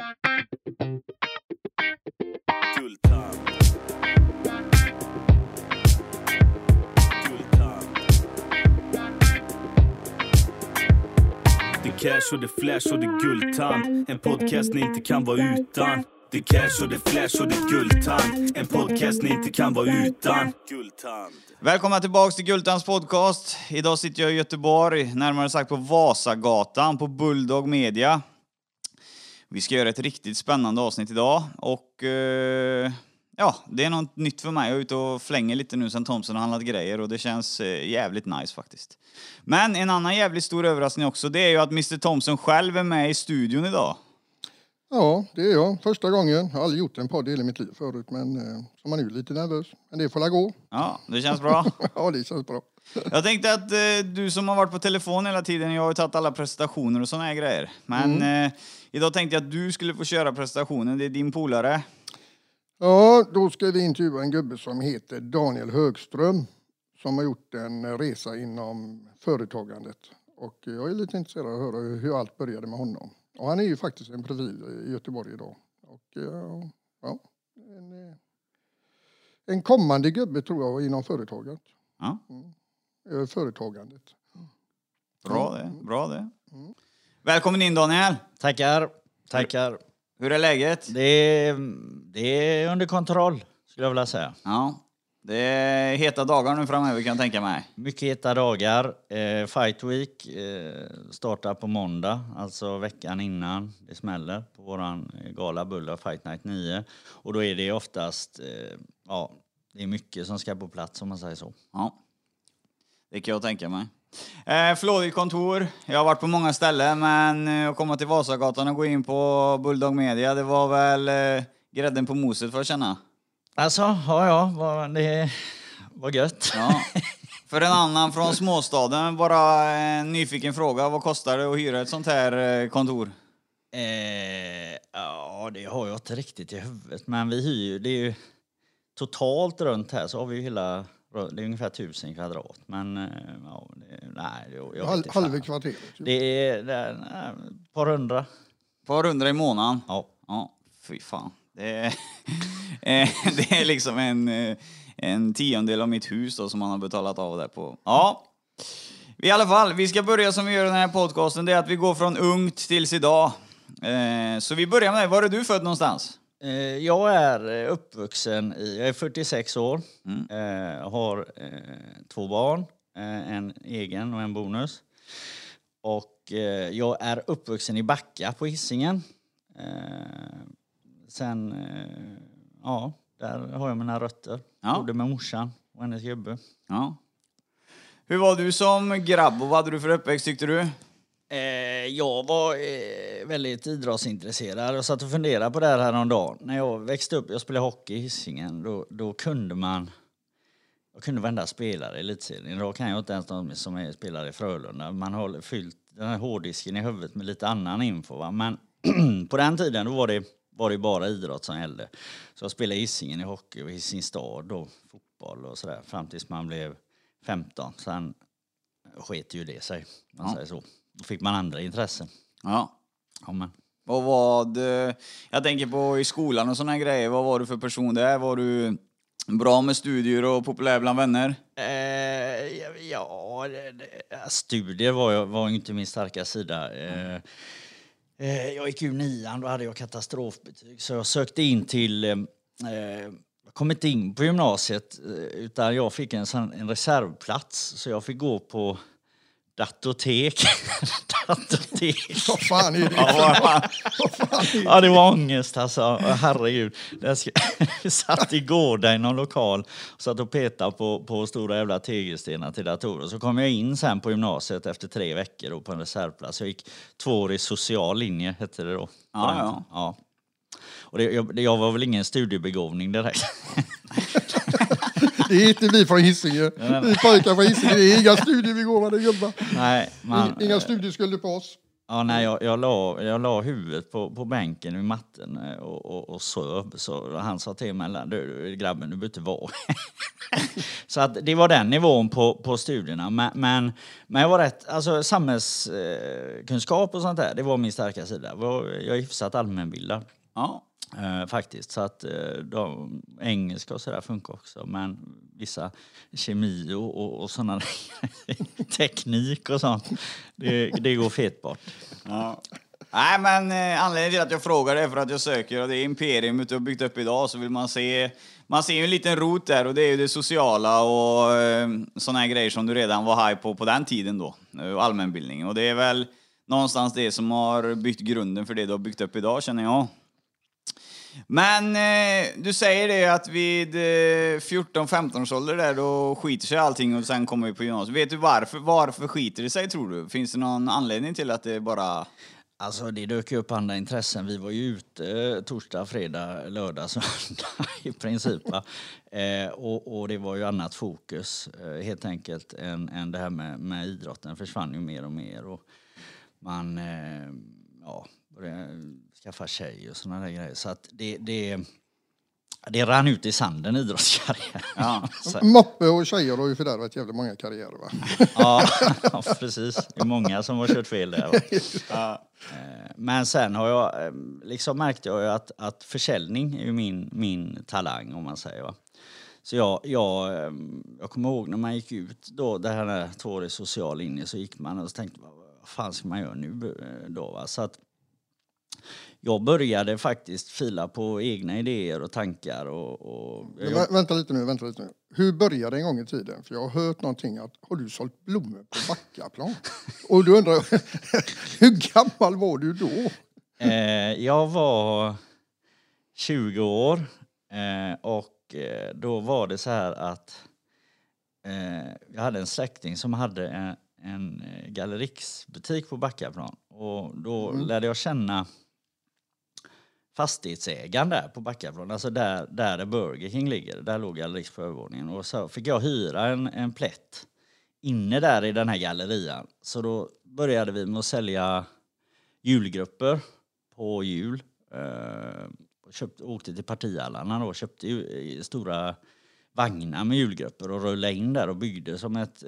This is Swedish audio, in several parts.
Det cash och det flash och det guldtand. En podcast ni inte kan vara utan. Det cash och det flash och det guldtand. En podcast ni inte kan vara utan. Guldtand. Välkomna tillbaka till Guldtands podcast. Idag sitter jag i Göteborg, närmare sagt på Vasagatan på Bulldog Media. Vi ska göra ett riktigt spännande avsnitt idag. Och ja, det är något nytt för mig. Jag är ute och flänger lite nu sen Thomson har handlat grejer. Och det känns jävligt nice faktiskt. Men en annan jävligt stor överraskning också. Det är ju att Mr. Thomson själv är med i studion idag. Ja, det är jag. Första gången. Jag har aldrig gjort en podd i mitt liv förut. Men som man är lite nervös. Men det får la gå. Ja, det känns bra. Ja, det känns bra. Jag tänkte att du som har varit på telefon hela tiden, jag har ju tagit alla presentationer och såna här grejer. Men idag tänkte jag att du skulle få köra presentationen, det är din polare. Ja, då ska vi intervjua en gubbe som heter Daniel Högström. Som har gjort en resa inom företagandet. Och jag är lite intresserad av att höra hur allt började med honom. Och han är ju faktiskt en profil i Göteborg idag. Och ja, en kommande gubbe tror jag inom företaget. Ja. Företagandet. Bra det. Välkommen in Daniel. Tackar. Hur är läget? Det är under kontroll, skulle jag vilja säga. Ja, det är heta dagar nu framöver kan jag tänka mig. Mycket heta dagar. Fight Week startar på måndag, alltså veckan innan det smäller på våran gala Bulldog Fight Night 9. Och då är det oftast, det är mycket som ska på plats om man säger så. Ja, det kan jag tänka mig. Flådigt kontor. Jag har varit på många ställen, men att komma till Vasagatan och gå in på Bulldog Media, det var väl grädden på moset för att känna. Alltså, det var gött. Ja. För en annan från småstaden, bara en nyfiken fråga. Vad kostar det att hyra ett sånt här kontor? Ja, det har jag inte riktigt i huvudet. Men vi hyr, det är ju totalt runt här så har vi ju hela... Det är ungefär 1000 kvadrat. Men Halva kvarteret. Det är ett par hundra. Par hundra i månaden? Ja. Fy fan. Det är liksom en tiondel av mitt hus då, som man har betalat av där på. Ja. I alla fall, vi ska börja som vi gör den här podcasten. Det är att vi går från ungt tills idag. Så vi börjar med dig. Var är du född någonstans? Jag är uppvuxen jag är 46 år. Har 2 barn. En egen och en bonus. Och jag är uppvuxen i Backa på Hisingen. Sen, där har jag mina rötter. Ja. Bodde med morsan och hennes gubbe. Ja. Hur var du som grabb och vad hade du för uppväxt tyckte du? Jag var väldigt idrottsintresserad och satt och funderade på det här en dag. När jag växte upp, jag spelade hockey i Hisingen, då kunde jag kunde vända spelare i elitserien. Då kan jag inte ens de som är spelare i Frölunda. Man har fyllt den här hårddisken i huvudet med lite annan info. Va? Men på den tiden då var det bara idrott som gällde. Så jag spelade i Hisingen i hockey och i sin stad och fotboll och sådär. Fram tills man blev 15. Sen sket ju det sig, man säger så. Då fick man andra intressen. Ja. Men. Och jag tänker på i skolan och såna grejer. Vad var du för person där? Var du bra med studier och populär bland vänner? Studier var inte min starka sida. Jag gick ur 9, då hade jag katastrofbetyg. Så jag sökte in till... jag kom inte in på gymnasiet, utan jag fick en reservplats. Så jag fick gå på datortek. Vad fan är det? Ja, det var ångest alltså. Herregud. Jag satt igår i någon lokal och satt och petade på stora jävla tegelstenar till datorer. Så kom jag in sen på gymnasiet efter 3 veckor då, på en reservplats. Jag gick 2 år i social linje, hette det då. Ja. Och jag var väl ingen studiebegåvning direkt. Det är inte vi från Hisingen. Vi pojkar från Hisingen. Det är inga studiebegåvade gubbar. Nej, inga studieskulder på oss. Ja, nej, jag la huvudet på bänken i matten och söv. Så han sa till mig, du grabben, du behöver inte vara. Så att det var den nivån på studierna. Men jag var rätt, alltså samhällskunskap och sånt där, det var min starka sida. Jag är hyfsat allmänbildad. Ja. Faktiskt. Så att engelska och sådär funkar också. Men vissa kemi och sådana teknik och sånt, det går fet bort. Ja. Nej, men anledningen till att jag frågar är för att jag söker, och det är imperium du har byggt upp idag, så vill man ser ju en liten rot där, och det är ju det sociala och såna här grejer som du redan var high på den tiden då, allmänbildningen. Och det är väl någonstans det som har byggt grunden för det du har byggt upp idag, känner jag. Men du säger det att vid 14-15 års ålder där, då skiter sig allting och sen kommer vi på gymnasiet. Vet du varför skiter det sig, tror du? Finns det någon anledning till att det bara... Alltså det dök upp andra intressen. Vi var ju ute torsdag, fredag, lördag, söndag i princip. Och det var ju annat fokus helt enkelt än det här med idrotten. Försvann ju mer och mer. Och man började skaffa tjej och sådana där grejer. Så att det rann ut i sanden, idrottskarriär. Ja. Moppe och tjejer har ju fördärvat jävligt många karriärer, va? Ja, precis. Det är många som har kört fel där. Va? Ja. Men sen har jag liksom märkt jag att försäljning är ju min talang, om man säger. Va? Så jag kommer ihåg när man gick ut då, det här 2-årig social linje, så gick man och så tänkte, vad fan ska man göra nu då? Va? Så att jag började faktiskt fila på egna idéer och tankar. Vänta lite nu. Hur började det en gång i tiden? För jag har hört någonting att, har du sålt blommor på Backaplan? Och du undrar, hur gammal var du då? Jag var 20 år och då var det så här att jag hade en släkting som hade en Gallerix-butik på Backaplan. Och då lärde jag känna fastighetsägaren där på Backaplan, alltså där Burger King ligger, där låg Gallerix på övervåningen. Och så fick jag hyra en plätt inne där i den här gallerian. Så då började vi med att sälja julgrupper på jul. Åkte till partihallarna då, köpte stora vagnar med julgrupper och rullade in där och byggde som ett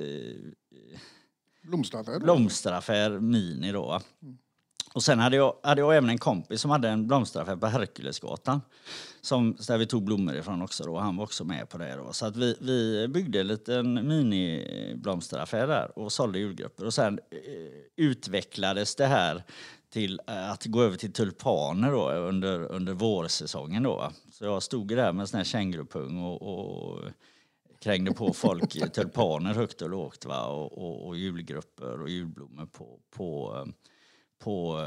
blomsteraffär mini då. Och sen hade jag även en kompis som hade en blomsteraffär på Herkulesgatan, där vi tog blommor ifrån också då. Han var också med på det då. Så att vi byggde en liten mini-blomsteraffär där och sålde julgrupper. Och sen utvecklades det här till att gå över till tulpaner då under vårsäsongen då. Så jag stod där med en sån här kängurupung och krängde på folk tulpaner högt och lågt, va? Och julgrupper och julblommor på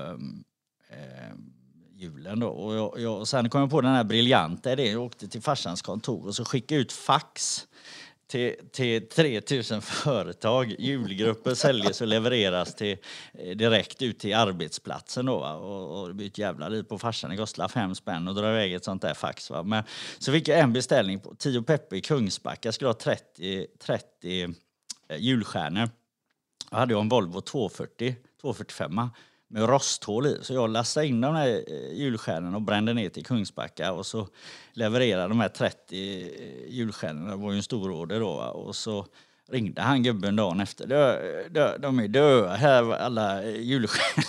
julen då. Och sen kom jag på den här briljanta idén. Jag åkte till farsans kontor och så skickade ut fax till 3000 företag. Julgrupper säljes och levereras direkt ut till arbetsplatsen då, va? Och det blir ett jävla liv på farsan. Det kostar 5 spänn och dra iväg ett sånt där fax, va? Men så fick jag en beställning på Tio Peppe i Kungsbacka. Jag skulle ha 30 julstjärnor. Jag hade en Volvo 245 med rosthål i. Så jag lastade in de här julstjärnorna och brände ner till Kungsbacka. Och så levererade de här 30 julstjärnorna. Det var ju en stor order då. Och så ringde han gubben dagen efter. De är döda här, alla julstjärnor.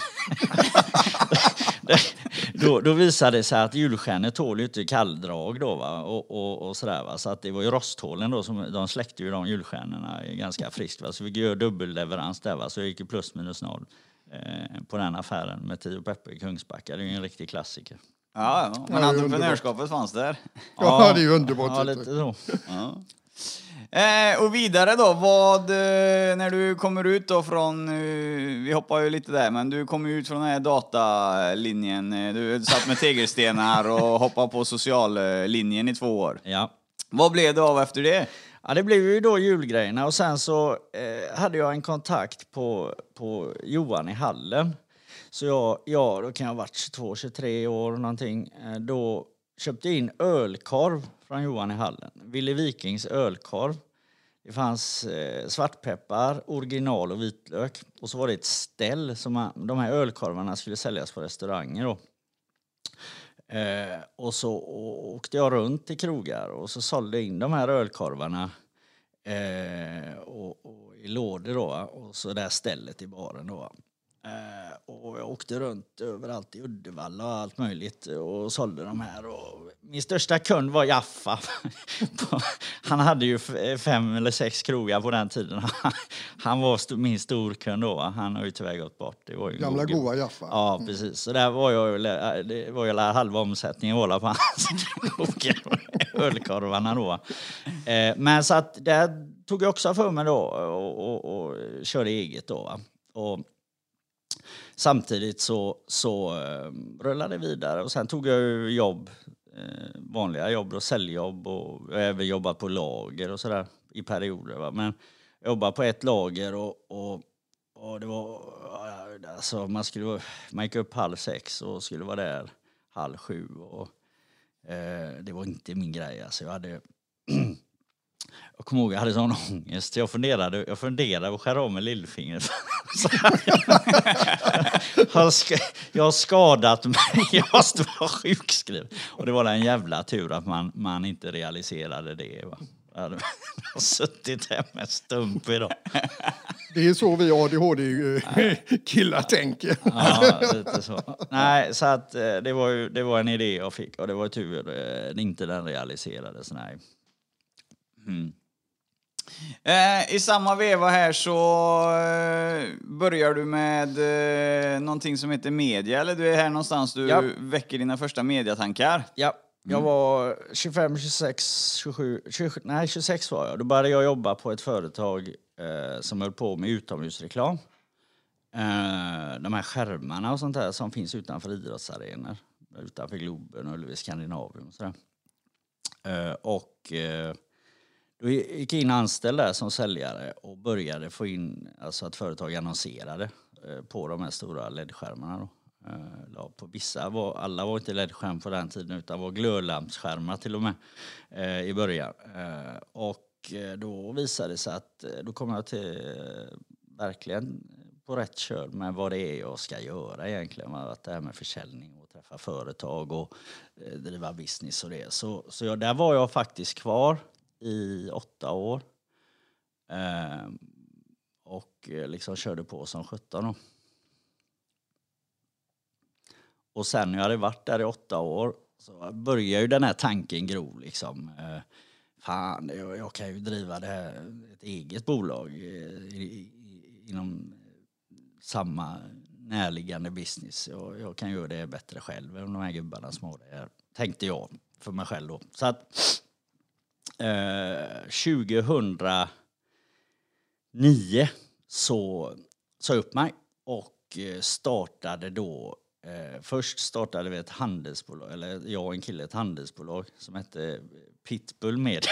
Då visade det sig att julstjärnor tål ju inte kalldrag då, va? Och sådär, va? Så att det var ju rosthålen då, som de släckte ju de julstjärnorna ganska friskt, va? Så vi gör dubbelleverans där, va? Så det gick ju plus minus noll på den affären med Tio Peppe i Kungsbacka. Det är ju en riktig klassiker. Ja, men entreprenörskapet fanns där. Ja, det är ju underbart. Ja, lite så. Ja. Och vidare då, när du kommer ut då från, vi hoppar ju lite där, men du kommer ut från den här datalinjen, du satt med tegelstenar och hoppade på sociallinjen i 2 år. Ja. Vad blev det av efter det? Ja, det blev ju då julgrejerna och sen så hade jag en kontakt på Johan i Hallen. Så då kan jag ha varit 22-23 år någonting. Då köpte jag in ölkorv från Johan i Hallen. Ville Vikings ölkorv. Det fanns svartpeppar, original och vitlök. Och så var det ett ställ som de här ölkorvarna skulle säljas på restauranger då. Och så åkte jag runt i krogar och så sålde in de här ölkorvarna och i lådor då, och så där stället i baren då. Och jag åkte runt överallt i Uddevalla och allt möjligt och sålde de här. Och min största kund var Jaffa. Han hade ju 5 eller 6 krogar på den tiden. Han var min storkund då. Han har ju tyvärr gått bort. Det var ju gamla goa Jaffa. Ja, precis. Så där var det var ju halva omsättningen hålla på hans krogar, ölkorvarna då. Men så att där tog jag också för mig då och körde eget då. Va? Och samtidigt så rullade det vidare och sen tog jag ju jobb, vanliga jobb och säljjobb och jag har även jobbat på lager och sådär i perioder. Va? Men jag jobbade på ett lager och det var, alltså man gick upp 5:30 och skulle vara där 6:30 och det var inte min grej. Alltså jag kommer ihåg jag hade sån ångest. Jag funderade på att skära av med lillfingret. Jag har skadat mig. Jag måste vara sjukskriven. Och det var en jävla tur att man inte realiserade det. Va? Jag hade suttit här med stump idag. Det är så vi ADHD-killar tänker. Ja, lite så. Nej, så att det var en idé jag fick. Och det var tur inte den realiserades. Nej. I samma veva här så börjar du med någonting som heter media, eller du är här någonstans du väcker dina första mediatankar. Ja, jag var 25, 26, 27, 26 var jag. Då började jag jobba på ett företag som höll på med utomhusreklam. De här skärmarna och sånt där som finns utanför idrottsarenor. Utanför Globen och Ullevi Skandinavien och sådär. Då gick jag in anställd där som säljare och började få in, alltså att företag annonserade på de här stora LED-skärmarna då. På vissa alla var inte LED-skärm på den tiden utan var glödlampsskärmar till och med i början. Och då visade det sig att då kom jag till verkligen på rätt köl med vad det är jag ska göra egentligen. Att det här med försäljning och träffa företag och driva business och det. Så där var jag faktiskt kvar i 8 år. Och liksom körde på som 17 då. Och sen när jag hade varit där i 8 år så började ju den här tanken gro liksom. Fan, jag kan ju driva det här, ett eget bolag inom samma närliggande business. Jag kan göra det bättre själv än de här gubbarna som har det här, tänkte jag för mig själv då. Så att 2009 så sa jag upp mig och startade då först startade vi ett handelsbolag, eller jag och en kille ett handelsbolag som hette Pitbull Media.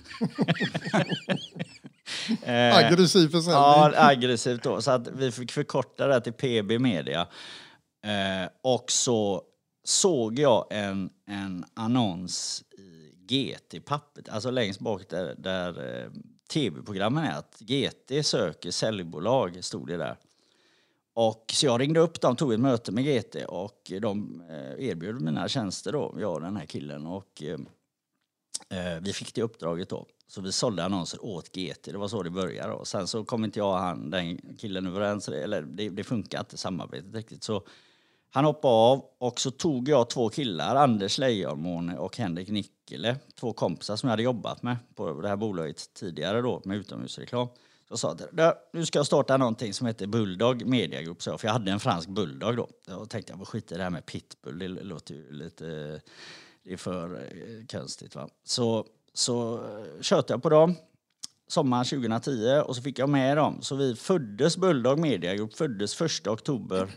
Aggressiv försäljning. Ja, aggressivt då. Så att vi fick förkorta det till PB Media. Och så såg jag en annons i GT-pappret, alltså längst bak där tv-programmen är, att GT söker säljbolag, stod det där. Och så jag ringde upp dem, tog ett möte med GT och de erbjöd mina tjänster då, jag och den här killen. Och vi fick det uppdraget då. Så vi sålde annonser åt GT, det var så det började då. Sen så kom inte jag och den killen överens, eller det funkar inte samarbetet riktigt. Så han hoppade av och så tog jag 2 killar, Anders Lejonmåne och Henrik Nickele, 2 kompisar som jag hade jobbat med på det här bolaget tidigare då med utomhusreklam. Så sa jag, nu ska jag starta någonting som heter Bulldog Media Group, för jag hade en fransk bulldog då. Jag tänkte jag, vad skiter i det här med pitbull, det låter ju lite, det är för konstigt va. Så köpte jag på dem sommaren 2010 och så fick jag med dem. Så vi föddes, Bulldog Media Group föddes 1 oktober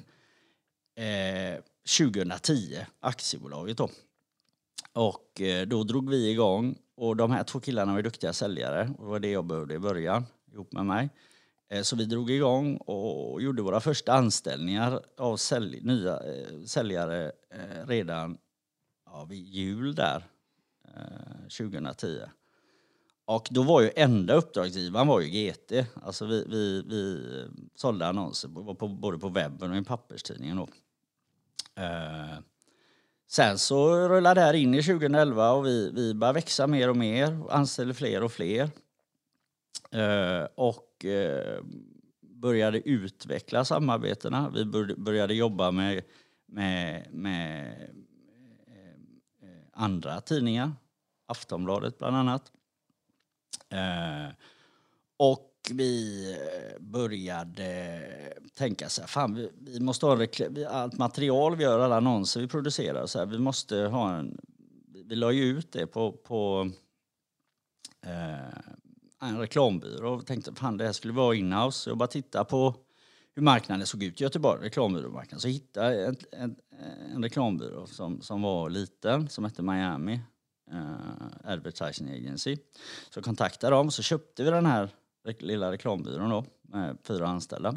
2010, aktiebolaget då. Och då drog vi igång och de här 2 killarna var duktiga säljare och det var det jag behövde i början ihop med mig. Så vi drog igång och gjorde våra första anställningar av nya säljare redan vid jul där 2010. Och då var ju enda uppdragsgivaren var ju GT. Alltså vi sålde annonser både på webben och i papperstidningen då. Sen så rullade det här in i 2011 och vi började växa mer och mer och anställde fler och fler. Och började utveckla samarbetena. Vi började jobba med andra tidningar. Aftonbladet bland annat. Och vi började tänka så här, fan vi måste ha allt material vi gör, alla annonser vi producerar så här, vi måste ha vi la ju ut det på en reklambyrå och tänkte fan det här skulle vara inhouse. Jag bara titta på hur marknaden såg ut i Göteborg, reklambyråmarknaden, så hittade jag en reklambyrå som var liten, som hette Miami Advertising Agency. Så kontaktade dem, så köpte vi den här lilla reklambyrån då med 4 anställda.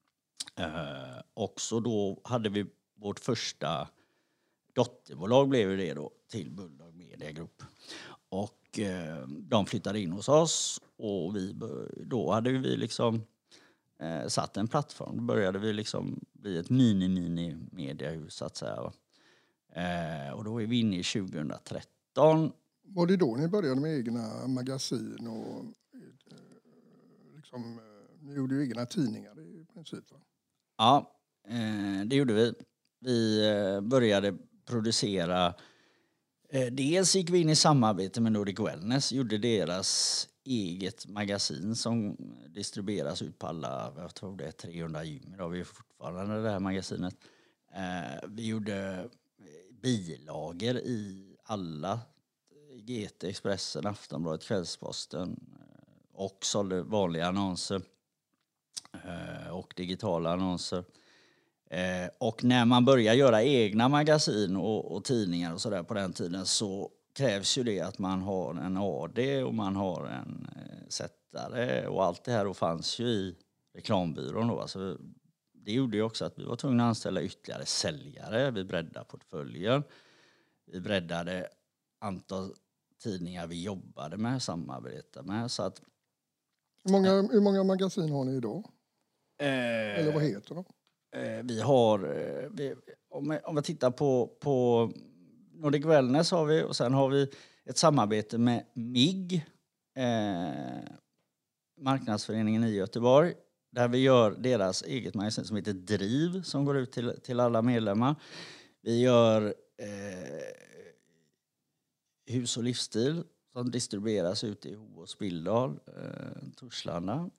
Och så då hade vi vårt första dotterbolag blev det då till Bulldog Media Group. Och de flyttade in hos oss och då hade vi liksom satt en plattform. Då började vi liksom bli ett mini mediahus så att säga. Och då är vi inne i 2013. Var det då ni började med egna magasin och liksom, ni gjorde ju egna tidningar i princip? Va? Ja, det gjorde vi. Vi började producera. Dels gick vi in i samarbete med Nordic Wellness, gjorde deras eget magasin som distribueras ut på alla, jag tror det är 300 gym. Då har vi fortfarande det här magasinet. Vi gjorde bilager i alla, GT, Expressen, Aftonbladet, Kvällsposten och sålde vanliga annonser och digitala annonser. Och när man börjar göra egna magasin och tidningar och sådär på den tiden så krävs ju det att man har en AD och man har en sättare och allt det här och fanns ju i reklambyrån då. Alltså, det gjorde ju också att vi var tvungna att anställa ytterligare säljare. Vi breddade portföljer. Vi breddade antal tidningar vi jobbade med, samarbetade med. Så att, hur många magasin har ni idag? Eller vad heter de? Vi har, om vi tittar på Nordic Wellness har vi, och sen har vi ett samarbete med MIG, marknadsföreningen i Göteborg, där vi gör deras eget magasin som heter Driv som går ut till alla medlemmar. Vi gör Hus och livsstil som distribueras ut i Hovås, Billdal, Torslanda.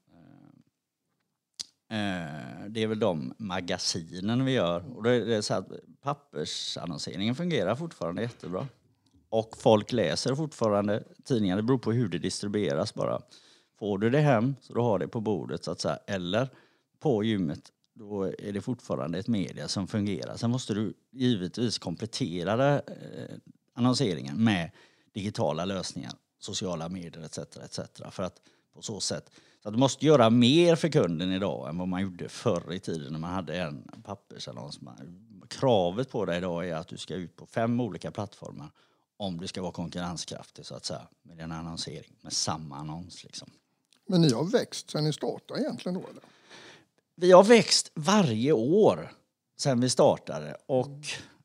Det är väl de magasinen vi gör. Och det är så att pappersannonseringen fungerar fortfarande jättebra. Och folk läser fortfarande tidningar. Det beror på hur det distribueras bara. Får du det hem så du har det på bordet så att säga. Eller på gymmet, då är det fortfarande ett media som fungerar. Sen måste du givetvis komplettera annonseringen med digitala lösningar. Sociala medier etc. För att på så sätt. Så att du måste göra mer för kunden idag än vad man gjorde förr i tiden när man hade en pappersannons. Kravet på dig idag är att du ska ut på 5 olika plattformar om du ska vara konkurrenskraftig så att säga med din annonsering med samma annons liksom. Men ni har växt sedan ni startade egentligen då eller? Vi har växt varje år sedan vi startade och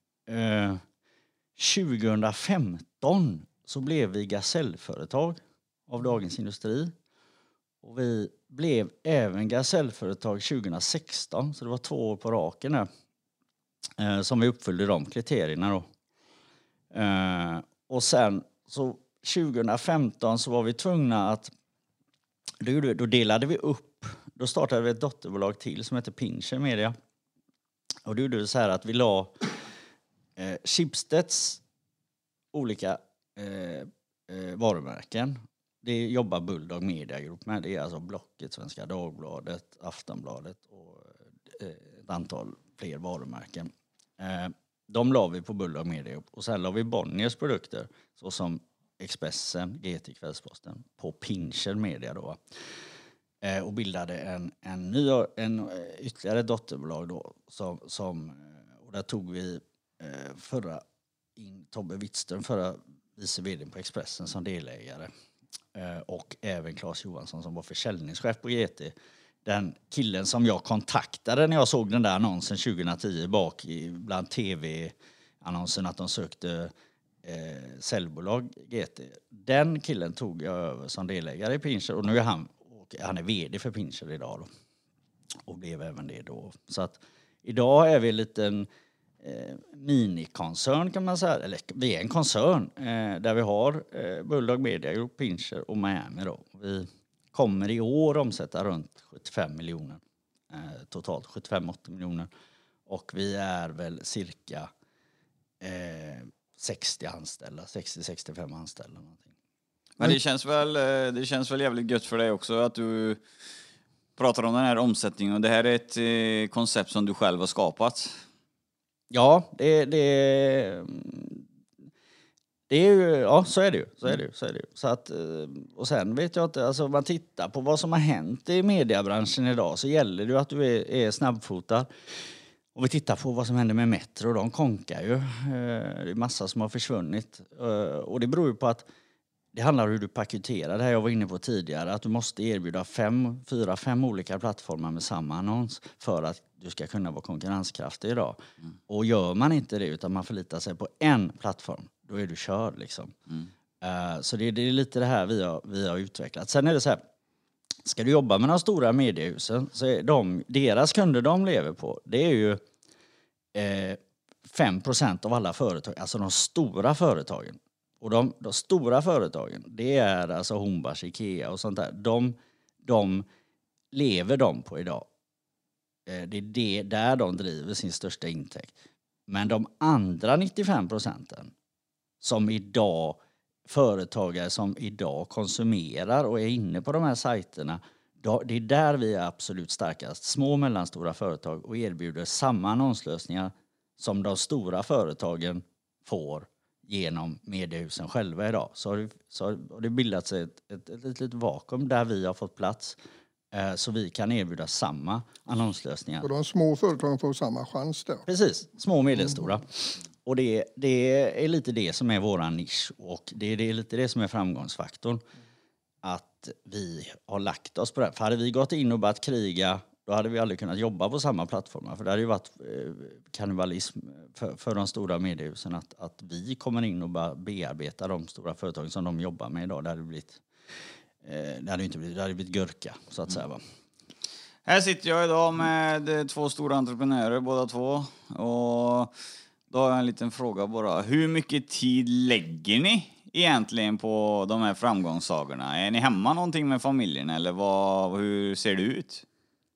2015 så blev vi gasellföretag av Dagens Industri. Och vi blev även gasellföretag 2016, så det var 2 år på raken där, som vi uppfyllde de kriterierna då. Och sen så 2015 så var vi tvungna att, då delade vi upp, då startade vi ett dotterbolag till som heter Pinscher Media. Och då gjorde vi så här att vi la Schibsteds olika varumärken. Det jobbar Bulldog Media Group med. Det är alltså Blocket, Svenska Dagbladet, Aftonbladet och ett antal fler varumärken. De la vi på Bulldog Media Group. Och sen la vi Bonniers produkter såsom Expressen, GT, Kvällsposten på Pinscher Media då. Och bildade en ytterligare dotterbolag då. Och där tog vi in Tobbe Wittström, förra vice vd på Expressen som delägare. och även Claes Johansson som var försäljningschef på GT. Den killen som jag kontaktade när jag såg den där annonsen 2010 bak bland tv-annonsen att de sökte säljbolag GT. Den killen tog jag över som delägare i Pinscher och nu är han är vd för Pinscher idag då. Och blev även det då. Så att idag är vi en liten minikoncern kan man säga. Eller vi är en koncern där vi har Bulldog Media Group, Pinscher och Miami då. Vi kommer i år omsätta runt 75 miljoner totalt, 75-80 miljoner. Och vi är väl cirka 60-65 anställda. Någonting. Men det känns väl jävligt gött för dig också att du pratar om den här omsättningen. Och det här är ett koncept som du själv har skapat. Ja, det är ju, ja så är det ju. Så att, och sen vet jag inte, alltså om man tittar på vad som har hänt i mediebranschen idag så gäller det ju att du är snabbfotad. Och vi tittar på vad som händer med Metro, de konkar ju. Det är massa som har försvunnit. Och det beror ju på att det handlar om hur du paketerar det här jag var inne på tidigare. Att du måste erbjuda 4-5 olika plattformar med samma annons för att du ska kunna vara konkurrenskraftig idag. Mm. Och gör man inte det utan man förlitar sig på en plattform, då är du körd liksom. Så det är lite det här vi har utvecklat. Sen är det så här, ska du jobba med de stora mediehusen så är deras kunder de lever på, det är ju 5% av alla företag, alltså de stora företagen. Och de stora företagen, det är alltså Hornbach, Ikea och sånt där. De lever de på idag. Det är där de driver sin största intäkt. Men de andra 95% som idag, företagare som idag konsumerar och är inne på de här sajterna, det är där vi är absolut starkast. Små och mellanstora företag och erbjuder samma annonslösningar som de stora företagen får genom mediehusen själva idag. Så har det bildats ett litet vakuum där vi har fått plats så vi kan erbjuda samma annonslösningar. Och de små företagen får samma chans där. Precis, små och medelstora. Och det är lite det som är våran nisch och det är lite det som är framgångsfaktorn. Att vi har lagt oss på det. För hade vi gått in och börjat kriga, då hade vi aldrig kunnat jobba på samma plattformar. För det hade ju varit kannibalism för de stora mediehusen att vi kommer in och bara bearbetar de stora företagen som de jobbar med idag. Det hade blivit gurka, så att säga. Va? Här sitter jag idag med 2 stora entreprenörer, båda två. Och då har jag en liten fråga bara. Hur mycket tid lägger ni egentligen på de här framgångssagorna? Är ni hemma någonting med familjen eller hur ser det ut?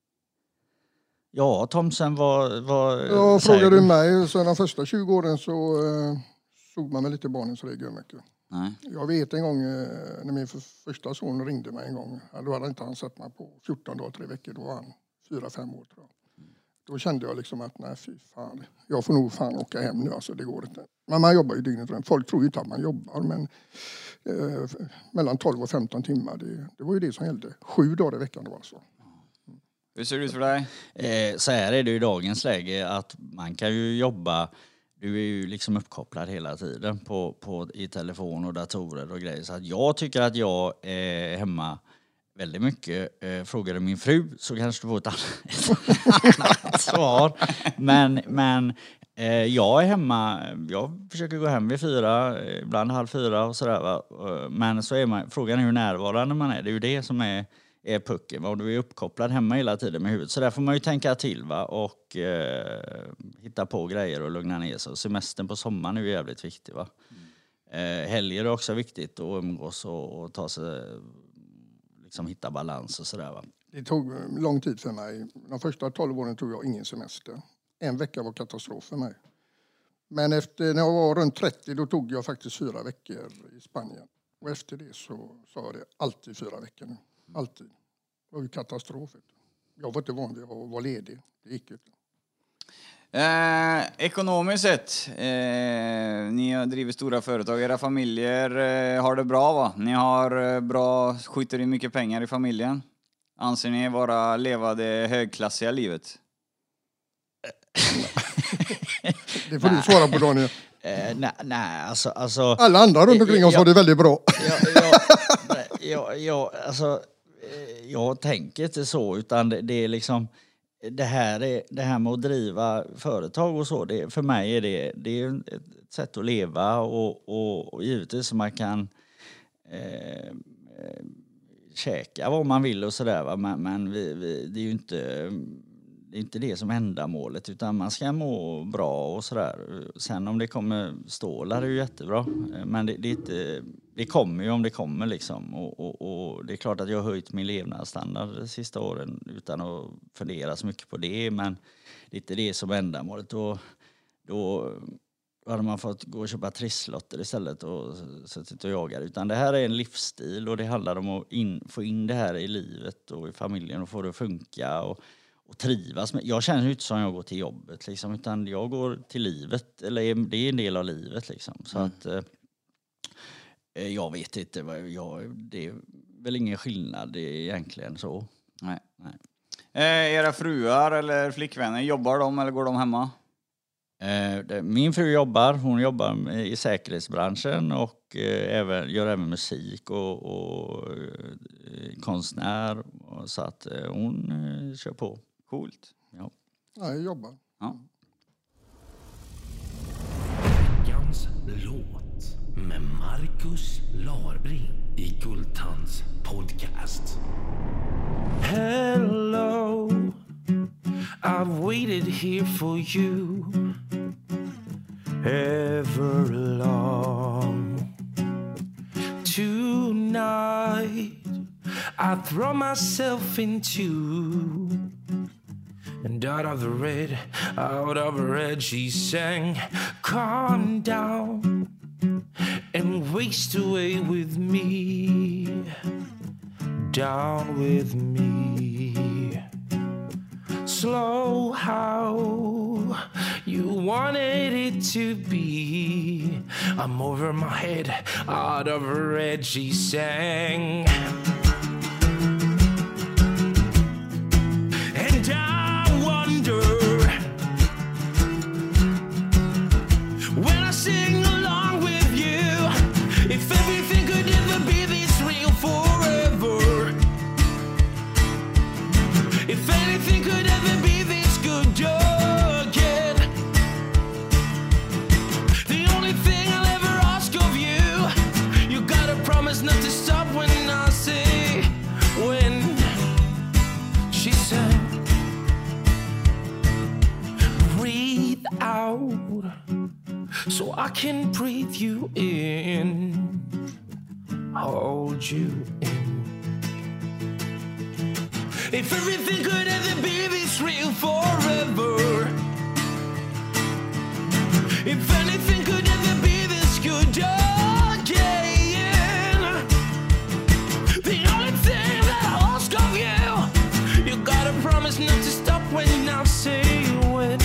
Ja, Thomsen Ja, frågar du mig så de första 20 åren så såg man med lite barnen så det gör mycket. Nej. Jag vet en gång när min första son ringde mig en gång. Då hade inte han sett mig på 14 dagar, 3 veckor. Då var han 4-5 år tror jag. Då kände jag liksom att nej fy fan. Jag får nog fan åka hem nu, alltså det går inte. Men man jobbar ju dygnet runt. Folk tror ju inte att man jobbar, men mellan 12 och 15 timmar. Det var ju det som gällde. 7 dagar i veckan då alltså. Hur ser det ut för dig? Så här är det i dagens läge att man kan ju jobba, du är ju liksom uppkopplad hela tiden i telefon och datorer och grejer. Så att jag tycker att jag är hemma väldigt mycket. Frågar du min fru så kanske du får ett annat svar. Men jag är hemma, jag försöker gå hem vid 4, ibland 3:30 och sådär. Va? Men så är frågan är hur närvarande man är. Det är ju det som är pucken. Och du är uppkopplad hemma hela tiden med huvudet. Så där får man ju tänka till va? Och hitta på grejer och lugna ner sig. Semestern på sommaren är ju jävligt viktig va. Helger är också viktigt att umgås och ta sig, liksom hitta balans och sådär va. Det tog lång tid för mig. De första 12 åren tog jag ingen semester. En vecka var katastrof för mig. Men när jag var runt 30 då tog jag faktiskt 4 veckor i Spanien. Och efter det så sa jag det alltid 4 veckor nu. Alltid. Det var ju katastrof. Jag var inte van vid att vara ledig. Det gick inte. Ekonomiskt sett, ni har drivit stora företag, era familjer har det bra va? Ni har skjuter in mycket pengar i familjen. Anser ni leva det högklassiga livet? Det får du svara på Daniel. Nej, alltså... Alla andra runt omkring oss har det väldigt bra. jag tänker inte så, utan det är liksom det här med att driva företag och så, för mig är det är ett sätt att leva och givetvis så man kan käka vad man vill och sådär, va? Men det är ju inte det som är ändamålet, utan man ska må bra och sådär. Sen om det kommer stålar är ju jättebra, men det kommer ju om det kommer liksom. Och det är klart att jag har höjt min levnadsstandard de sista åren utan att fundera så mycket på det, men det är inte det som är ändamålet. Då hade man fått gå och köpa trisslotter istället och suttit och jaga. Utan det här är en livsstil och det handlar om att få in det här i livet och i familjen och få det att funka och trivas med. Jag känner ju inte som jag går till jobbet liksom, utan jag går till livet, eller det är en del av livet liksom. Så att jag vet inte det är väl ingen skillnad egentligen så. Nej. Era fruar eller flickvänner, jobbar de eller går de hemma? Min fru hon jobbar i säkerhetsbranschen och gör även musik och konstnär, så att hon kör på. Coolt. Ja, jag jobbar. Ja. Veckans låt med Marcus Larbring i Guldtands podcast. Hello, I've waited here for you ever long. Tonight I throw myself into, and out of the red she sang, calm down and waste away with me, down with me. Slow how you wanted it to be. I'm over my head, out of her red she sang. And I wonder when I sing along with you, if everything could ever be this real forever. If anything could ever be this good again. The only thing I'll ever ask of you, you gotta promise not to stop when I say, when she sang. Breathe out so I can breathe you in, hold you in. If everything could ever be this real forever, if anything could ever be this good again, the only thing that I ask of you, you gotta promise not to stop when I say when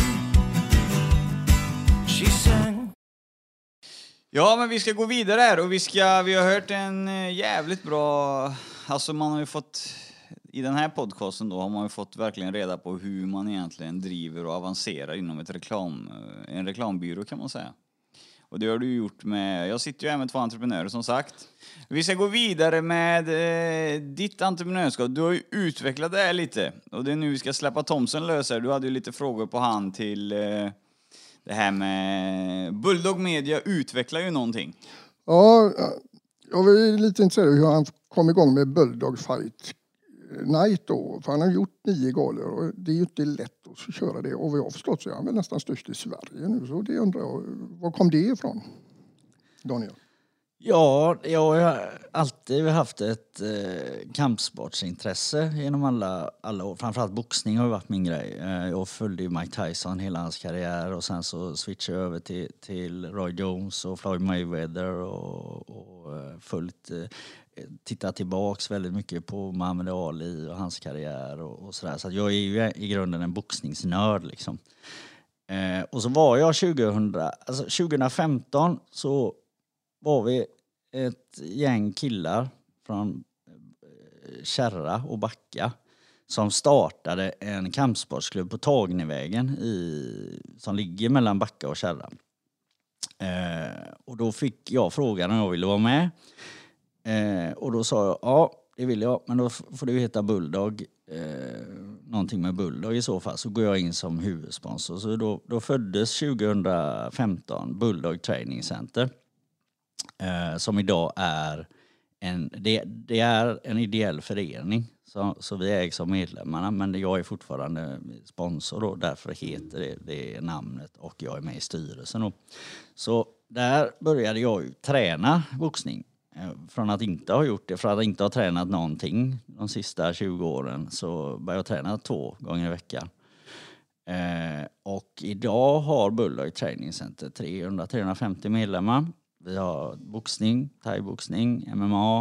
she sang. Ja, men vi ska gå vidare här och vi har hört en jävligt bra, alltså man har ju fått, i den här podcasten då har man ju fått verkligen reda på hur man egentligen driver och avancerar inom en reklambyrå kan man säga. Och det har du gjort med, jag sitter ju här med 2 entreprenörer som sagt. Vi ska gå vidare med ditt entreprenörskap. Du har ju utvecklat det här lite och det är nu vi ska släppa Thomsen lös här. Du hade ju lite frågor på hand till det här med Bulldog Media utvecklar ju någonting. Ja, jag var lite intresserad av hur han kom igång med Bulldog Fight Night då. För han har gjort 9 galor och det är ju inte lätt att köra det. Och vad jag har förstått så är han väl nästan störst i Sverige nu. Så det undrar jag, var kom det ifrån, Daniel? Ja, jag har alltid haft ett kampsportsintresse genom alla år. Framförallt boxning har varit min grej. Jag följde ju Mike Tyson hela hans karriär och sen så switchade jag över till Roy Jones och Floyd Mayweather och följt, tittat tillbaks väldigt mycket på Muhammad Ali och hans karriär och sådär. Så att jag är ju i grunden en boxningsnörd liksom. Och så var jag 2015 så var vi ett gäng killar från Kärra och Backa som startade en kampsportsklubb på Tagnevägen som ligger mellan Backa och Kärra. Och då fick jag frågan om jag ville vara med. Och då sa jag, ja det vill jag, men då får det ju heta Bulldog. Någonting med Bulldog i så fall, så går jag in som huvudsponsor. Så då föddes 2015 Bulldog Training Center. Som idag är det är en ideell förening. Så vi ägs av medlemmarna, men jag är fortfarande sponsor då, därför heter det namnet, och jag är med i styrelsen då. Så där började jag ju träna boxning. Från att inte ha gjort det, från att inte ha tränat någonting de sista 20 åren, så började jag träna 2 gånger i veckan. Och idag har Bulldog Training Center 300-350 medlemmar. Vi har boxning, thai-boxning, MMA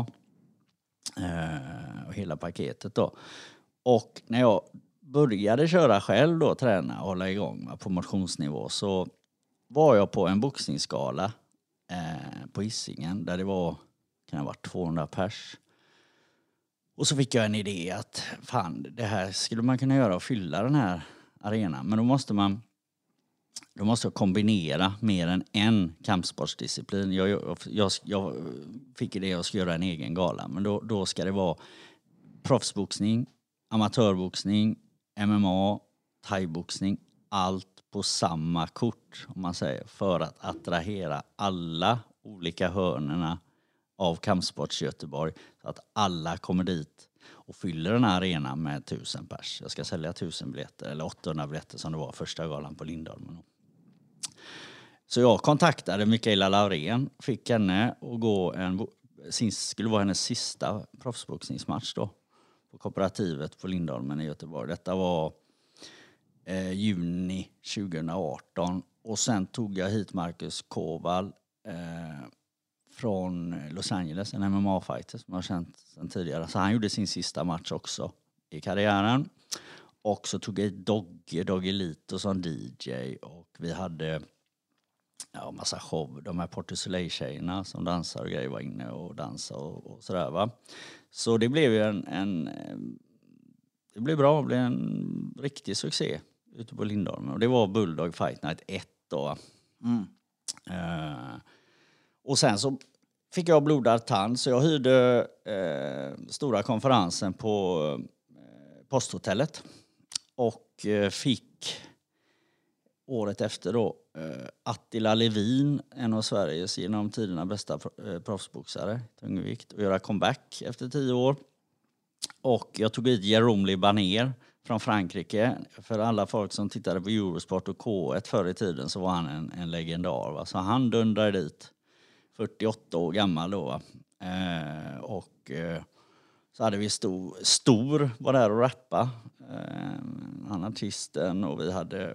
och hela paketet då. Och när jag började köra själv då, träna och hålla igång på motionsnivå, så var jag på en boxningsskala på Hisingen där det var, kan det ha varit 200 pers. Och så fick jag en idé att fan, det här skulle man kunna göra och fylla den här arenan. Men då måste jag kombinera mer än en kampsportsdisciplin. Jag fick idé att jag ska göra en egen gala. Men då ska det vara proffsboxning, amatörboxning, MMA, thaiboxning. Allt på samma kort, om man säger. För att attrahera alla olika hörnorna av kampsports Göteborg. Så att alla kommer dit och fyller den här arenan med 1000 pers. Jag ska sälja 1000 biljetter, eller 800 biljetter som det var första galan på Lindholmen. Så jag kontaktade Mikaela Laurén, fick henne att gå skulle vara hennes sista proffsboxningsmatch då, på kooperativet på Lindholmen i Göteborg. Detta var juni 2018. Och sen tog jag hit Marcus Koval från Los Angeles, en MMA-fighter som jag har känt sedan tidigare. Så han gjorde sin sista match också i karriären. Och så tog jag hit Dogge Lito som DJ, och vi hade massa show. De här Porto Soleil-tjejerna som dansar och grejer var inne och dansade och sådär va. Så det blev ju det blev bra, det blev en riktig succé ute på Lindholmen. Och det var Bulldog Fight Night 1 då. Och sen så fick jag blodad tand, så jag hyrde stora konferensen på Posthotellet. Och fick året efter då Attila Levin, en av Sveriges genom tiderna bästa proffsboxare, tungvikt, och göra comeback efter 10 år. Och jag tog hit Jérôme Libaner från Frankrike. För alla folk som tittade på Eurosport och K1 förr i tiden så var han en legendar. Va? Så han dundrade dit, 48 år gammal då. Va? Så hade vi Stor var där och rappa. Han artisten, och vi hade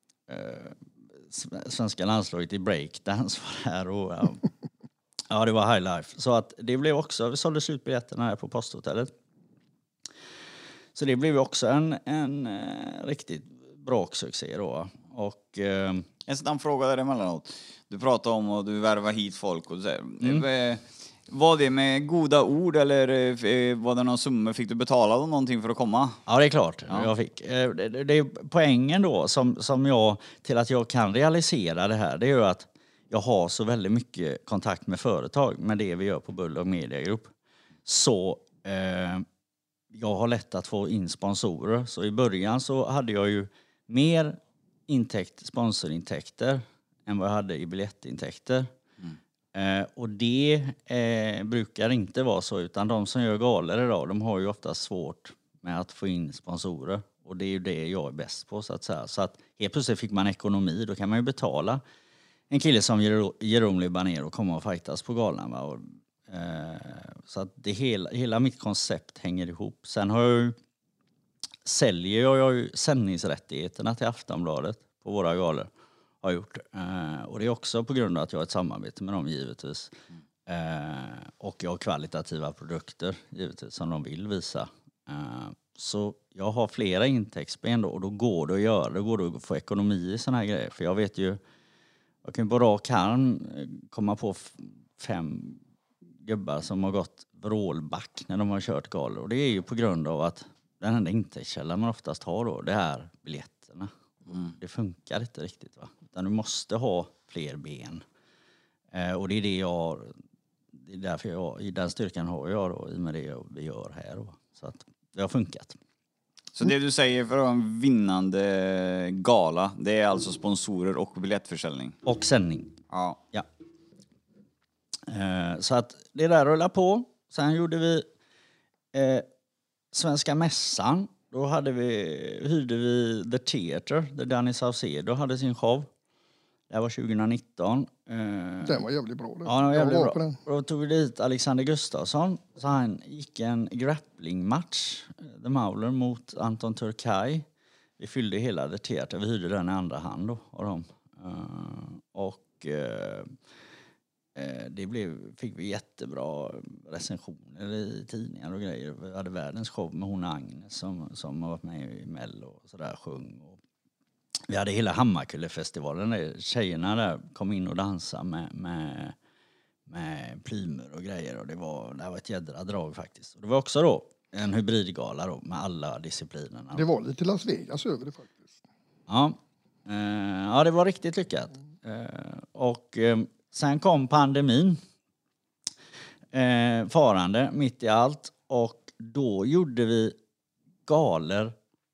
svenska landslaget i breakdance var där. Och, ja, det var high life. Så att det blev också, vi sålde ut biljetterna här på Posthotellet. Så det blev också en riktigt bra succé då. Och en sån fråga där emellanåt. Du pratar om och du värvar hit folk och så. Var det med goda ord, eller var det någon summa? Fick du betala dem någonting för att komma? Ja, det är klart. Ja. Jag fick. Det är poängen då som jag, till att jag kan realisera det här, det är ju att jag har så väldigt mycket kontakt med företag med det vi gör på Bulldog Media Group. Så jag har lätt att få in sponsorer. Så i början så hade jag ju mer sponsorintäkter än vad jag hade i biljettintäkter. Och det brukar inte vara så, utan de som gör galor idag, de har ju ofta svårt med att få in sponsorer. Och det är ju det jag är bäst på, så att säga. Så att helt plötsligt fick man ekonomi, då kan man ju betala en kille som Jérôme Libaner och komma och fightas på galan. Va? Och, så att hela mitt koncept hänger ihop. Sen säljer jag ju sändningsrättigheterna till Aftonbladet på våra galor. Har gjort. Och det är också på grund av att jag har ett samarbete med dem givetvis. Och jag har kvalitativa produkter givetvis som de vill visa. Så jag har flera intäktsben då, och då går det att göra. Då går det att få ekonomi i såna här grejer. För jag vet ju, jag kan på rak arm komma på 5 gubbar som har gått vrålback när de har kört galor. Och det är ju på grund av att den enda intäktskällan man oftast har då, det är biljetterna. Det funkar inte riktigt, va? Utan du måste ha fler ben. Och det är det jag har det är därför i den styrkan har jag då, i med det vi gör här då. Så att det har funkat. Så det du säger för en vinnande gala, det är alltså sponsorer och biljettförsäljning? Och sändning. Ja. Ja. Så att det där rullar på. Sen gjorde vi Svenska mässan. Då hyrde vi The Theatre, där Danny Saucedo hade sin show. Det var 2019. Den var jävligt bra. Ja, den var jävligt Jag bra. på den. Då tog vi dit Alexander Gustafsson. Så han gick en grapplingmatch, The Mauler mot Anton Turkay. Vi fyllde hela The Theatre. Vi hyrde den i andra hand då, av dem. Fick vi jättebra recensioner i tidningar och grejer. Vi hade världens show med hon Agnes som har varit med i Mello och sådär, sjöng. Och vi hade hela Hammarkullefestivalen där tjejerna där kom in och dansade med plymer och grejer. Och det var ett jädra drag faktiskt. Och det var också då en hybridgala då med alla disciplinerna. Det var lite Las Vegas över det faktiskt. Ja, det var riktigt lyckat. Sen kom pandemin farande mitt i allt. Och då gjorde vi galor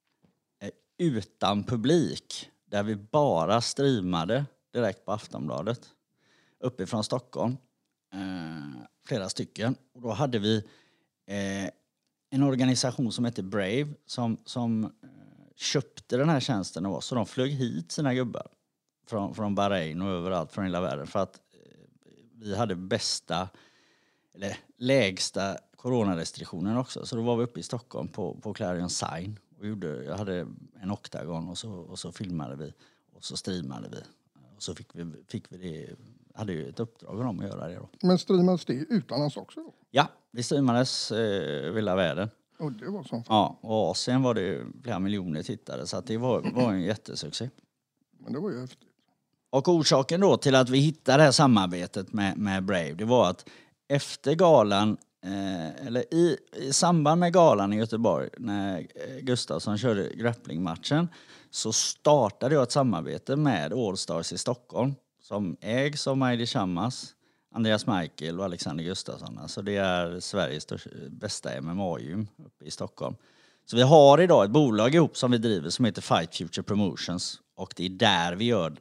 utan publik. Där vi bara streamade direkt på Aftonbladet. Uppifrån Stockholm. Flera stycken. Och då hade vi en organisation som heter Brave. Som köpte den här tjänsten av oss. Så de flög hit sina gubbar. Från Bahrain och överallt från hela världen. För att vi hade lägsta coronarestriktionen också. Så då var vi uppe i Stockholm på Clarion Sign. Och jag hade en oktagon och så filmade vi. Och så streamade vi. Och så fick vi det. Hade ju ett uppdrag om att göra det då. Men streamades det utomlands också då? Ja, det streamades hela världen. Och det var som fan. Ja, och Asien var det flera miljoner tittare. Så att det var en jättesuccé. Men det var ju häftigt. Och orsaken då till att vi hittade det här samarbetet med Brave, det var att efter galan, eller i samband med galan i Göteborg, när Gustafsson körde grapplingmatchen, så startade jag ett samarbete med All Stars i Stockholm, som ägs av Majdi Chammas, Andreas Michael och Alexander Gustafsson. Alltså det är Sveriges bästa MMA-gym uppe i Stockholm. Så vi har idag ett bolag ihop som vi driver som heter Fight Future Promotions, och det är där vi gör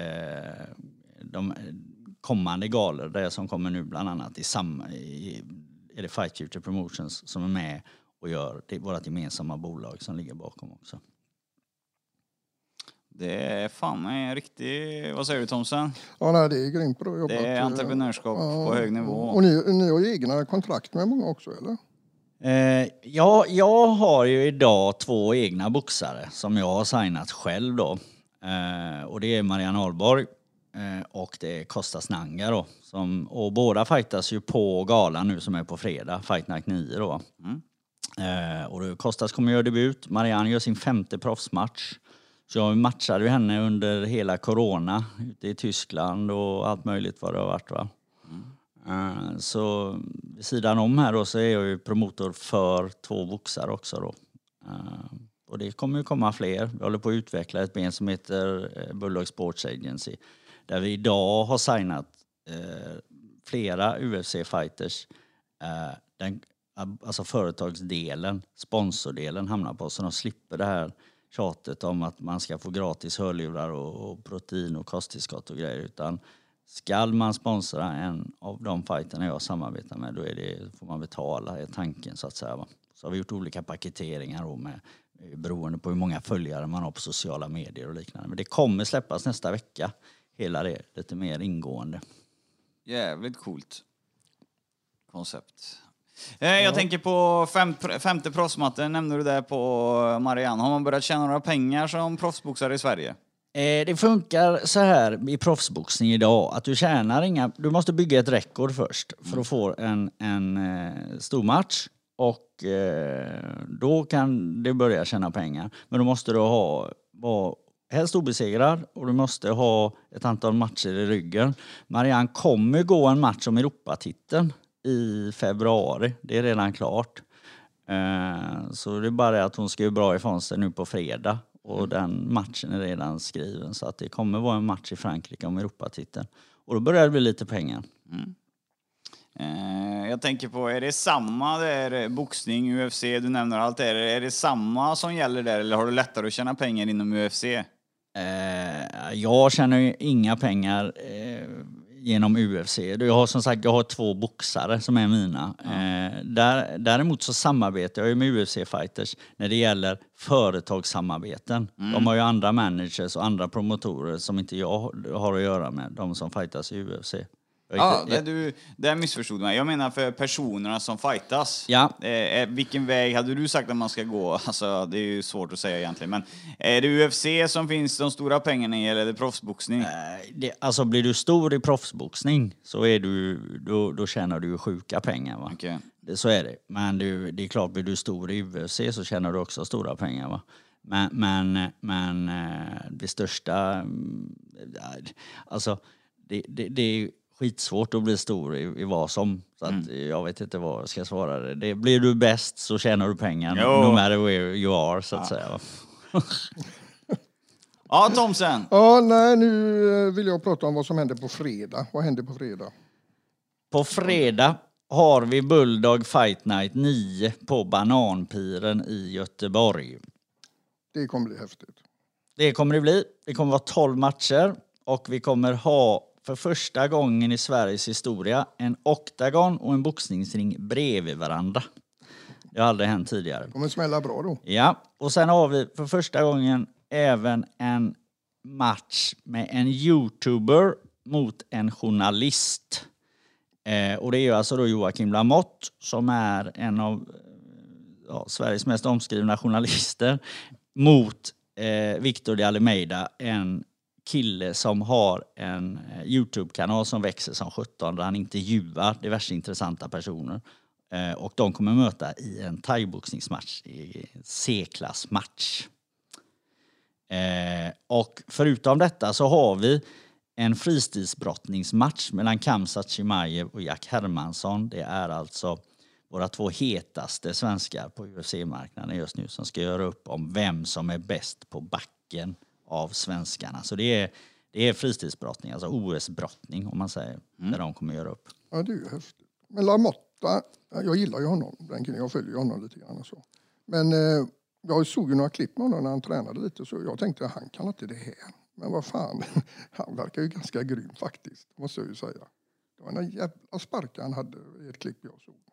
de kommande galor, det som kommer nu bland annat är det Fight Future Promotions som är med och gör det, vårt gemensamma bolag som ligger bakom också. Det är fan en riktig, vad säger du Thomsen? Ja, nej, det är grymt bra jobbat. Det är entreprenörskap på hög nivå. Och ni har ju egna kontrakt med många också, eller? Ja, jag har ju idag 2 egna boxare som jag har signat själv då. Och det är Marianne Ahlborg och det är Kostas Nanga då. Och båda fightas ju på galan nu som är på fredag, Fight Night 9 då. Och då Kostas kommer göra debut. Marianne gör sin 5:e proffsmatch. Så jag matchade ju henne under hela corona ute i Tyskland och allt möjligt vad det har varit va. Så vid sidan om här då så är jag ju promotor för 2 boxare också då. Och det kommer ju komma fler. Vi håller på att utveckla ett ben som heter Bulldog Sports Agency. Där vi idag har signat flera UFC-fighters. Alltså företagsdelen, sponsordelen hamnar på. Så de slipper det här tjatet om att man ska få gratis hörlurar och protein och kosttillskott och grejer. Utan ska man sponsra en av de fighterna jag samarbetar med, då får man betala, är tanken så att säga. Så har vi gjort olika paketeringar då beroende på hur många följare man har på sociala medier och liknande. Men det kommer släppas nästa vecka, hela det, lite mer ingående. Jävligt coolt koncept. Jag tänker på 5:e proffsmatten, nämnde du där på Marianne. Har man börjat tjäna några pengar som proffsboxare i Sverige? Det funkar så här i proffsboxning idag att du måste bygga ett rekord först för att få en stor match. Och då kan det börja tjäna pengar. Men då måste du vara helst obesegrad och du måste ha ett antal matcher i ryggen. Marianne kommer gå en match om Europatiteln i februari. Det är redan klart. Så det är bara det att hon ska ju bra ifrån sig nu på fredag. Och den matchen är redan skriven. Så att det kommer vara en match i Frankrike om Europatiteln. Och då börjar det bli lite pengar. Jag tänker på, är det samma där, boxning, UFC, du nämner allt det, är det samma som gäller där eller har du lättare att tjäna pengar inom UFC? Jag tjänar ju inga pengar genom UFC. Jag har som sagt, jag har 2 boxare som är mina. Däremot så samarbetar jag ju med UFC-fighters när det gäller företagssamarbeten. De har ju andra managers och andra promotorer som inte jag har att göra med, de som fightas i UFC. Ja, det missförstod mig. Jag menar för personerna som fightas. Ja. Vilken väg hade du sagt att man ska gå? Alltså, det är ju svårt att säga egentligen. Men är det UFC som finns de stora pengarna i eller är det proffsboxning? Alltså blir du stor i proffsboxning så är då tjänar du ju sjuka pengar. Va? Okay. Så är det. Men det är klart, blir du stor i UFC så tjänar du också stora pengar. Va? Men det största... Alltså, det är ju skitsvårt att bli stor i vad som. Så att jag vet inte vad jag ska svara. Blir du bäst så tjänar du pengar. No matter where you are, så att säga. Ja, Thomsen. Ja, nej, nu vill jag prata om vad som händer på fredag. Vad händer på fredag? På fredag har vi Bulldog Fight Night 9 på Bananpiren i Göteborg. Det kommer bli häftigt. Det kommer det bli. Det kommer vara 12 matcher. Och vi kommer ha för första gången i Sveriges historia en oktagon och en boxningsring bredvid varandra. Det har aldrig hänt tidigare. Det kommer smälla bra då. Ja, och sen har vi för första gången även en match med en YouTuber mot en journalist. Och det är ju alltså då Joakim Lamotte som är en av Sveriges mest omskrivna journalister mot Victor de Almeida, en kille som har en YouTube-kanal som växer som 17 där han intervjuar diverse intressanta personer. Och de kommer möta i en thaiboxningsmatch, i C-klassmatch. Och förutom detta så har vi en fristilsbrottningsmatch mellan Khamzat Chimaev och Jack Hermansson. Det är alltså våra 2 hetaste svenskar på UFC-marknaden just nu som ska göra upp om vem som är bäst på backen av svenskarna. Så det är fristilsbrottning, alltså OS-brottning om man säger, där de kommer göra upp. Ja, det är ju häftigt. Men Lamotta, jag gillar ju honom. Jag följer honom lite grann och så. Men jag såg ju några klipp med honom när han tränade lite så jag tänkte han kan inte det här. Men vad fan, han verkar ju ganska grym faktiskt, måste jag ju säga. Det var en jävla spark han hade i ett klipp jag såg.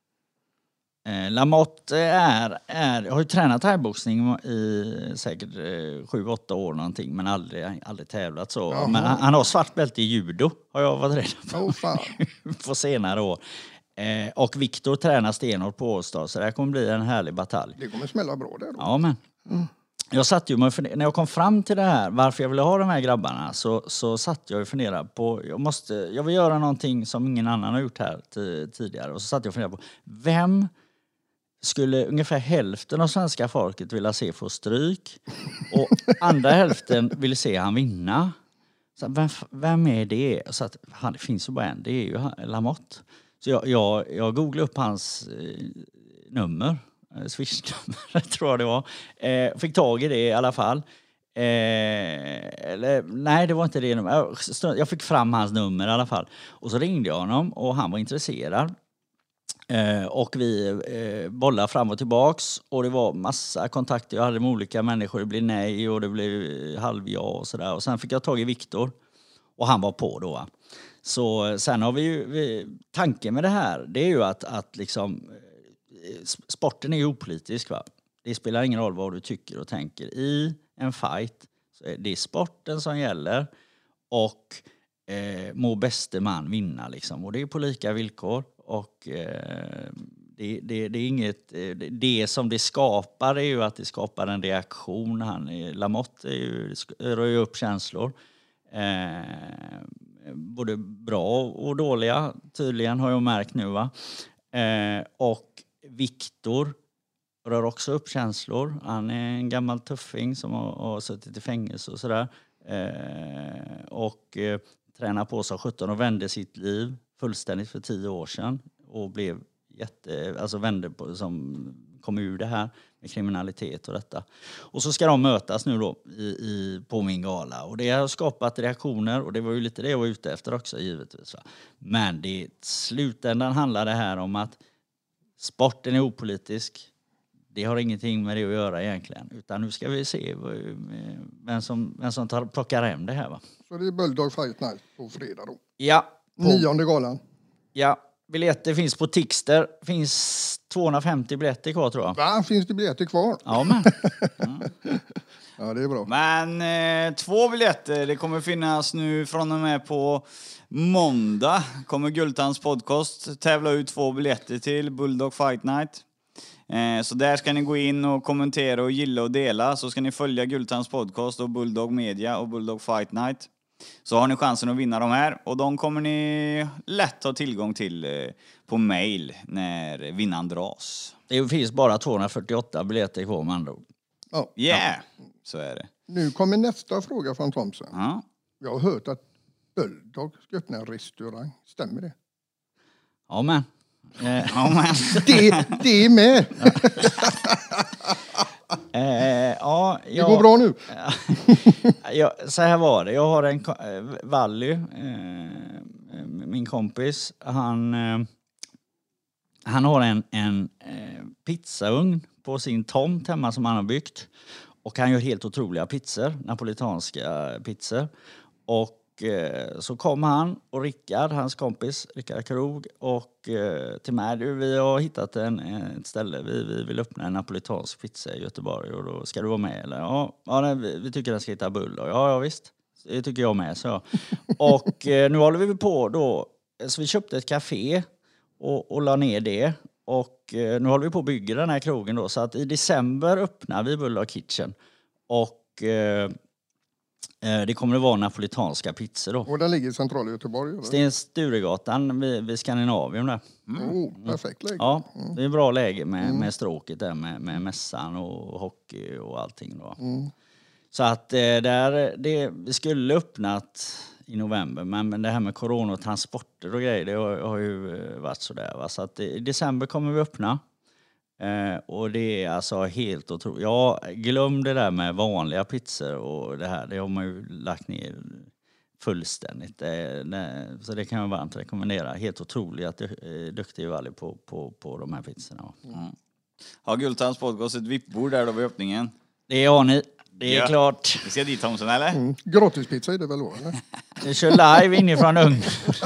Lamotte har ju tränat thaiboxning i säkert 7-8 år någonting, men aldrig tävlat så. Jaha. Men han har svart bälte i judo, har jag varit reda på, på senare år. Och Victor tränar stenhårt på Åstad, så det här kommer bli en härlig batalj. Det kommer smälla bra där då. Ja, men. Jag satt ju när jag kom fram till det här, varför jag ville ha de här grabbarna, så satt jag och funderade på, jag vill göra någonting som ingen annan har gjort här tidigare. Och så satt jag och funderade på, vem skulle ungefär hälften av svenska folket vilja se få stryk och andra hälften vill se han vinna. Så vem är det? Så att, det finns ju bara en, det är ju Lamotte. Så jag googlade upp hans nummer, Swish-nummer tror jag det var. Fick tag i det i alla fall. Nej, det var inte det nummer. Jag fick fram hans nummer i alla fall. Och så ringde jag honom och han var intresserad. Och vi bollade fram och tillbaks och det var massa kontakter jag hade med olika människor. Det blev nej och det blev halvja och sådär. Och sen fick jag tag i Victor och han var på då. Så sen har vi ju tanken med det här, det är ju att liksom sporten är ju opolitisk, va. Det spelar ingen roll vad du tycker och tänker i en fight, så är det sporten som gäller och må bäste man vinna liksom, och det är på lika villkor. Och det är inget, det som det skapar är ju att det skapar en reaktion. Lamotte rör ju upp känslor, både bra och dåliga tydligen, har jag märkt nu, va. Och Victor rör också upp känslor. Han är en gammal tuffing som har suttit i fängelse och sådär, och tränar på sig 17 och vände sitt liv fullständigt för 10 år sedan och blev alltså vände på, som kom ur det här med kriminalitet och detta. Och så ska de mötas nu då på min gala. Och det har skapat reaktioner, och det var ju lite det jag var ute efter också givetvis. Va? Men i slutändan handlar det här om att sporten är opolitisk. Det har ingenting med det att göra egentligen. Utan nu ska vi se vem som plockar hem det här. Va? Så det är Bulldog Fight Night på fredag då. Ja. 9:e galan. Ja, biljetter finns på Tixter. Finns 250 biljetter kvar tror jag. Va? Finns det biljetter kvar? Ja, men. Ja, det är bra. Men 2 biljetter, det kommer finnas nu från och med på måndag. Kommer Gultans podcast tävla ut 2 biljetter till Bulldog Fight Night. Så där ska ni gå in och kommentera och gilla och dela. Så ska ni följa Gultans podcast och Bulldog Media och Bulldog Fight Night. Så har ni chansen att vinna de här. Och de kommer ni lätt ha tillgång till på mail när vinnaren dras. Det finns bara 248 biljetter kvar med andra ord. Ja. Yeah, så är det. Nu kommer nästa fråga från Thomsen. Ja. Jag har hört att Bulldog ska öppna en restaurang. Stämmer det? Ja, men. Ja, men. Det är med! Ja, Det går bra nu. Så här var det. Jag har en Vally, min kompis. Han har en pizzaugn på sin tomt hemma som han har byggt. Och han gör helt otroliga pizzor, napolitanska pizzor. Och så kom han och Rickard, hans kompis, Rickard Krog, och till mig, vi har hittat ett ställe, vi vill öppna en napolitansk pizza i Göteborg, och då ska du vara med, eller? Ja, vi tycker den ska hitta Bulldog. Ja, visst, det tycker jag med, så. Och nu håller vi på då, så vi köpte ett café och la ner det, och nu håller vi på att bygga den här krogen då, så att i december öppnar vi Bulldog Kitchen, och det kommer att vara napolitanska pizzor då. Och den ligger i centrala Göteborg? Eller? Sten Sturegatan vid Skandinavium där. Perfekt läge. Ja, det är bra läge med stråket där med mässan och hockey och allting då. Så att vi skulle öppnat i november, men det här med corona och transporter och grejer, det har ju varit sådär. Va? Så att i december kommer vi öppna. Och det är alltså helt otroligt. Jag glömde det där med vanliga pizzor och det här. Det har man ju lagt ner fullständigt. Så det kan jag varmt rekommendera. Helt otroligt att duktig Vally på de här pizzorna. Har Gultans podcast ett vippbord där då vid öppningen? Det har ni. Det är klart. Vi ska dit, Thomsen, eller? Gratispizza är det väl då, eller? Vi kör live inifrån ugnen.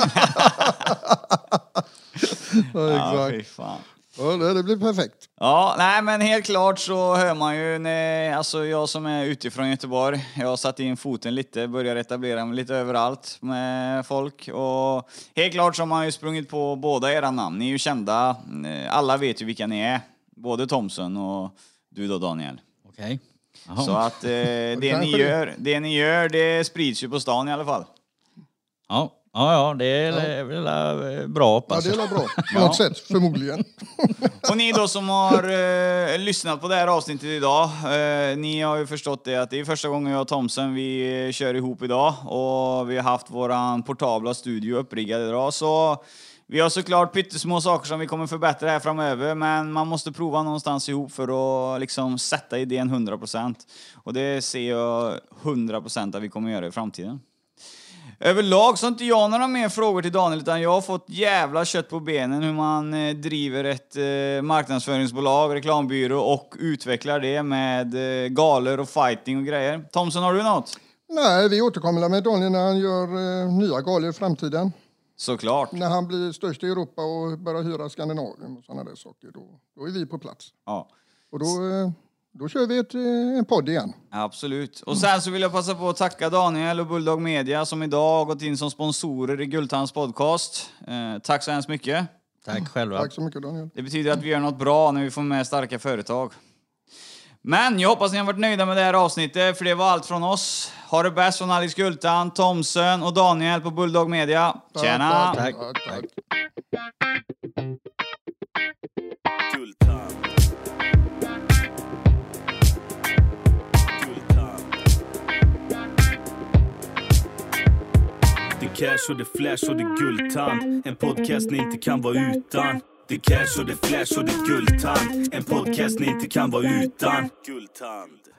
Ja, fy fan. Ja, det blir perfekt. Ja, nej, men helt klart så hör man ju alltså jag som är utifrån Göteborg, jag har satt in foten lite, börjar etablera mig lite överallt med folk, och helt klart så har man ju sprungit på båda era namn. Ni är ju kända, alla vet ju vilka ni är, både Thomsen och du då, Daniel. Okej. Så att det ni gör, det sprids ju på stan i alla fall. Ja, det är väl bra. Ja, det är bra. På något sätt, förmodligen. Och ni då som har lyssnat på det här avsnittet idag, ni har ju förstått det att det är första gången jag och Thomsen vi kör ihop idag, och vi har haft våran portabla studio uppriggad idag, så vi har såklart pyttesmå saker som vi kommer förbättra här framöver, men man måste prova någonstans ihop för att liksom sätta idén 100%. Och det ser jag 100% att vi kommer göra i framtiden. Överlag så har inte jag några mer frågor till Daniel, utan jag har fått jävla kött på benen hur man driver ett marknadsföringsbolag, reklambyrå, och utvecklar det med galor och fighting och grejer. Thomsen, har du något? Nej, vi återkommer med Daniel när han gör nya galor i framtiden. Såklart. När han blir störst i Europa och börjar hyra Skandinavium och sådana där saker, då är vi på plats. Ja. Och då kör vi en podd igen. Absolut. Och sen så vill jag passa på att tacka Daniel och Bulldog Media som idag har gått in som sponsorer i Gultans podcast. Tack så hemskt mycket. Tack själva. Tack så mycket, Daniel. Det betyder att vi gör något bra när vi får med starka företag. Men jag hoppas ni har varit nöjda med det här avsnittet, för det var allt från oss. Ha det bäst från Alex Gultan, Thomsen och Daniel på Bulldog Media. Tjena! Tack. Gultan. Det cash och det flash och det Gultan. En podcast ni inte kan vara utan. Det är cash och det är flash och det är guldtand. En podcast ni inte kan vara utan. Guldtand.